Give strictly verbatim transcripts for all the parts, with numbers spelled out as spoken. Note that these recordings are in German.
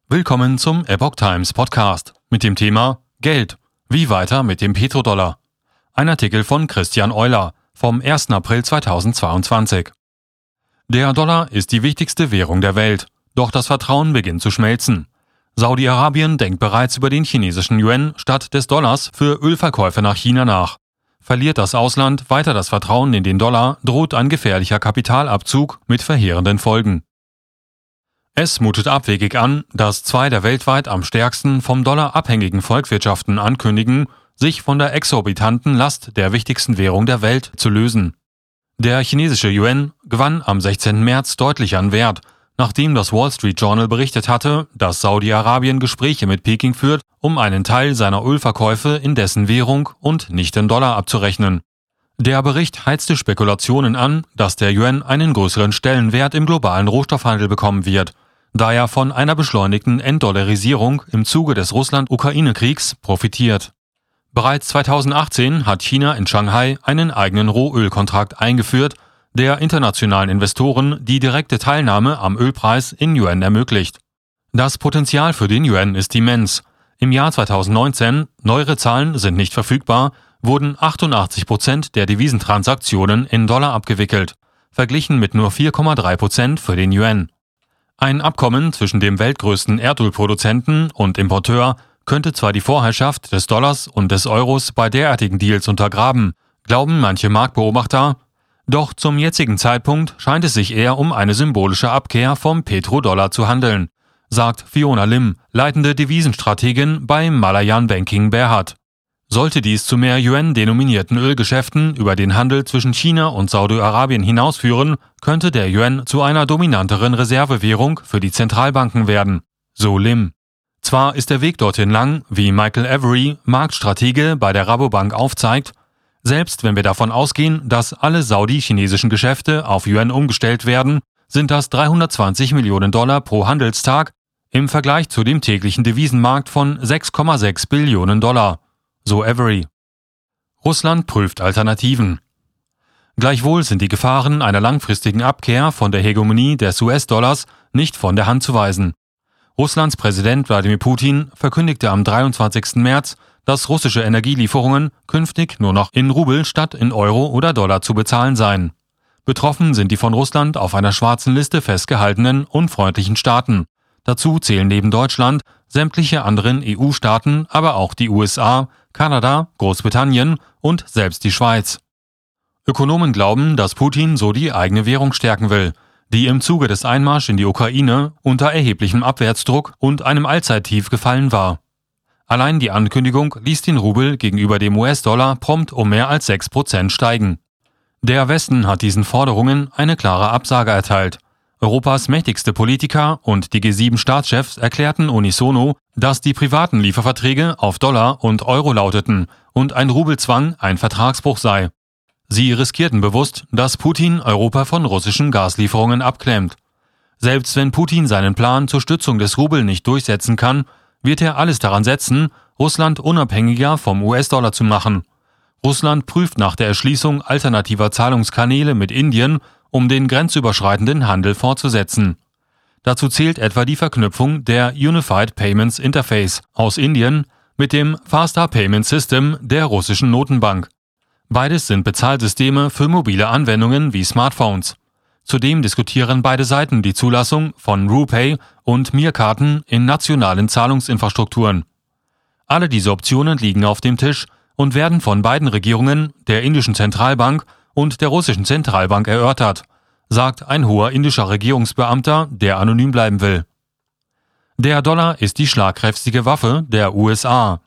Willkommen zum Epoch Times Podcast mit dem Thema Geld. Wie weiter mit dem Petrodollar? Ein Artikel von Christian Euler vom ersten April zweitausendzweiundzwanzig. Der Dollar ist die wichtigste Währung der Welt, doch das Vertrauen beginnt zu schmelzen. Saudi-Arabien denkt bereits über den chinesischen Yuan statt des Dollars für Ölverkäufe nach China nach. Verliert das Ausland weiter das Vertrauen in den Dollar, droht ein gefährlicher Kapitalabzug mit verheerenden Folgen. Es mutet abwegig an, dass zwei der weltweit am stärksten vom Dollar abhängigen Volkswirtschaften ankündigen, sich von der exorbitanten Last der wichtigsten Währung der Welt zu lösen. Der chinesische Yuan gewann am sechzehnten März deutlich an Wert, nachdem das Wall Street Journal berichtet hatte, dass Saudi-Arabien Gespräche mit Peking führt, um einen Teil seiner Ölverkäufe in dessen Währung und nicht in Dollar abzurechnen. Der Bericht heizte Spekulationen an, dass der Yuan einen größeren Stellenwert im globalen Rohstoffhandel bekommen wird, da er von einer beschleunigten Entdollarisierung im Zuge des Russland-Ukraine-Kriegs profitiert. Bereits zweitausendachtzehn hat China in Shanghai einen eigenen Rohölkontrakt eingeführt, der internationalen Investoren die direkte Teilnahme am Ölpreis in Yuan ermöglicht. Das Potenzial für den Yuan ist immens. Im Jahr zweitausendneunzehn, neuere Zahlen sind nicht verfügbar, wurden achtundachtzig Prozent der Devisentransaktionen in Dollar abgewickelt, verglichen mit nur vier Komma drei Prozent für den Yuan. Ein Abkommen zwischen dem weltgrößten Erdölproduzenten und Importeur könnte zwar die Vorherrschaft des Dollars und des Euros bei derartigen Deals untergraben, glauben manche Marktbeobachter, doch zum jetzigen Zeitpunkt scheint es sich eher um eine symbolische Abkehr vom Petrodollar zu handeln, sagt Fiona Lim, leitende Devisenstrategin bei Malayan Banking Berhad. Sollte dies zu mehr Yuan-denominierten Ölgeschäften über den Handel zwischen China und Saudi-Arabien hinausführen, könnte der Yuan zu einer dominanteren Reservewährung für die Zentralbanken werden, so Lim. Zwar ist der Weg dorthin lang, wie Michael Avery, Marktstratege bei der Rabobank, aufzeigt, selbst wenn wir davon ausgehen, dass alle saudi-chinesischen Geschäfte auf Yuan umgestellt werden, sind das dreihundertzwanzig Millionen Dollar pro Handelstag im Vergleich zu dem täglichen Devisenmarkt von sechs Komma sechs Billionen Dollar. So Avery. Russland prüft Alternativen. Gleichwohl sind die Gefahren einer langfristigen Abkehr von der Hegemonie des U S-Dollars nicht von der Hand zu weisen. Russlands Präsident Wladimir Putin verkündigte am dreiundzwanzigsten März, dass russische Energielieferungen künftig nur noch in Rubel statt in Euro oder Dollar zu bezahlen seien. Betroffen sind die von Russland auf einer schwarzen Liste festgehaltenen unfreundlichen Staaten. Dazu zählen neben Deutschland sämtliche anderen E U-Staaten, aber auch die U S A, Kanada, Großbritannien und selbst die Schweiz. Ökonomen glauben, dass Putin so die eigene Währung stärken will, die im Zuge des Einmarschs in die Ukraine unter erheblichem Abwärtsdruck und einem Allzeittief gefallen war. Allein die Ankündigung ließ den Rubel gegenüber dem U S-Dollar prompt um mehr als sechs Prozent steigen. Der Westen hat diesen Forderungen eine klare Absage erteilt. Europas mächtigste Politiker und die G sieben Staatschefs erklärten unisono, dass die privaten Lieferverträge auf Dollar und Euro lauteten und ein Rubelzwang ein Vertragsbruch sei. Sie riskierten bewusst, dass Putin Europa von russischen Gaslieferungen abklemmt. Selbst wenn Putin seinen Plan zur Stützung des Rubel nicht durchsetzen kann, wird er alles daran setzen, Russland unabhängiger vom U S-Dollar zu machen. Russland prüft nach der Erschließung alternativer Zahlungskanäle mit Indien, um den grenzüberschreitenden Handel fortzusetzen. Dazu zählt etwa die Verknüpfung der Unified Payments Interface aus Indien mit dem Faster Payment System der russischen Notenbank. Beides sind Bezahlsysteme für mobile Anwendungen wie Smartphones. Zudem diskutieren beide Seiten die Zulassung von RuPay und Mir-Karten in nationalen Zahlungsinfrastrukturen. Alle diese Optionen liegen auf dem Tisch und werden von beiden Regierungen, der indischen Zentralbank und der russischen Zentralbank erörtert, sagt ein hoher indischer Regierungsbeamter, der anonym bleiben will. Der Dollar ist die schlagkräftige Waffe der U S A.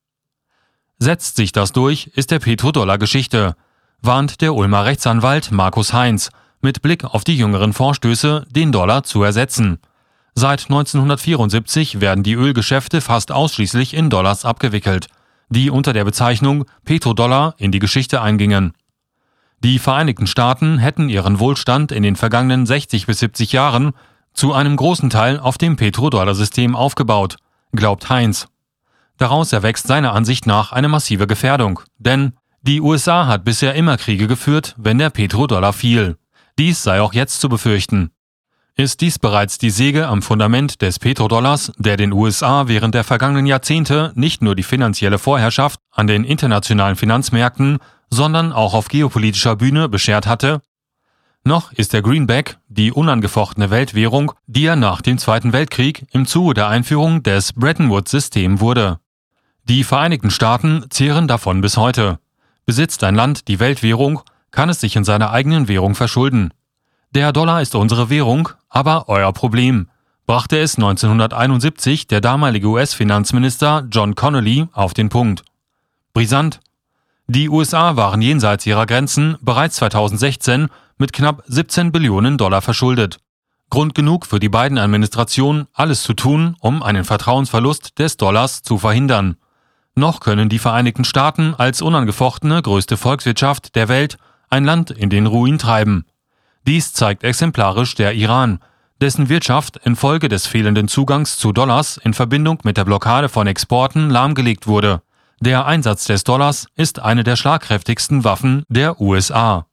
Setzt sich das durch, ist der Petrodollar Geschichte, warnt der Ulmer Rechtsanwalt Markus Heinz mit Blick auf die jüngeren Vorstöße, den Dollar zu ersetzen. Seit neunzehnhundertvierundsiebzig werden die Ölgeschäfte fast ausschließlich in Dollars abgewickelt, die unter der Bezeichnung Petrodollar in die Geschichte eingingen. Die Vereinigten Staaten hätten ihren Wohlstand in den vergangenen sechzig bis siebzig Jahren zu einem großen Teil auf dem Petrodollar-System aufgebaut, glaubt Heinz. Daraus erwächst seiner Ansicht nach eine massive Gefährdung, denn die U S A hat bisher immer Kriege geführt, wenn der Petrodollar fiel. Dies sei auch jetzt zu befürchten. ist dies bereits die Säge am Fundament des Petrodollars, der den U S A während der vergangenen Jahrzehnte nicht nur die finanzielle Vorherrschaft an den internationalen Finanzmärkten, sondern auch auf geopolitischer Bühne beschert hatte? Noch ist der Greenback die unangefochtene Weltwährung, die er nach dem Zweiten Weltkrieg im Zuge der Einführung des Bretton-Woods-Systems wurde. Die Vereinigten Staaten zehren davon bis heute. Besitzt ein Land die Weltwährung, kann es sich in seiner eigenen Währung verschulden. Der Dollar ist unsere Währung, aber euer Problem, brachte es neunzehnhunderteinundsiebzig der damalige U S-Finanzminister John Connally auf den Punkt. Brisant. Die U S A waren jenseits ihrer Grenzen bereits zweitausendsechzehn mit knapp siebzehn Billionen Dollar verschuldet. Grund genug für die Biden-Administration, alles zu tun, um einen Vertrauensverlust des Dollars zu verhindern. Noch können die Vereinigten Staaten als unangefochtene größte Volkswirtschaft der Welt ein Land in den Ruin treiben. Dies zeigt exemplarisch der Iran, dessen Wirtschaft infolge des fehlenden Zugangs zu Dollars in Verbindung mit der Blockade von Exporten lahmgelegt wurde. Der Einsatz des Dollars ist eine der schlagkräftigsten Waffen der U S A.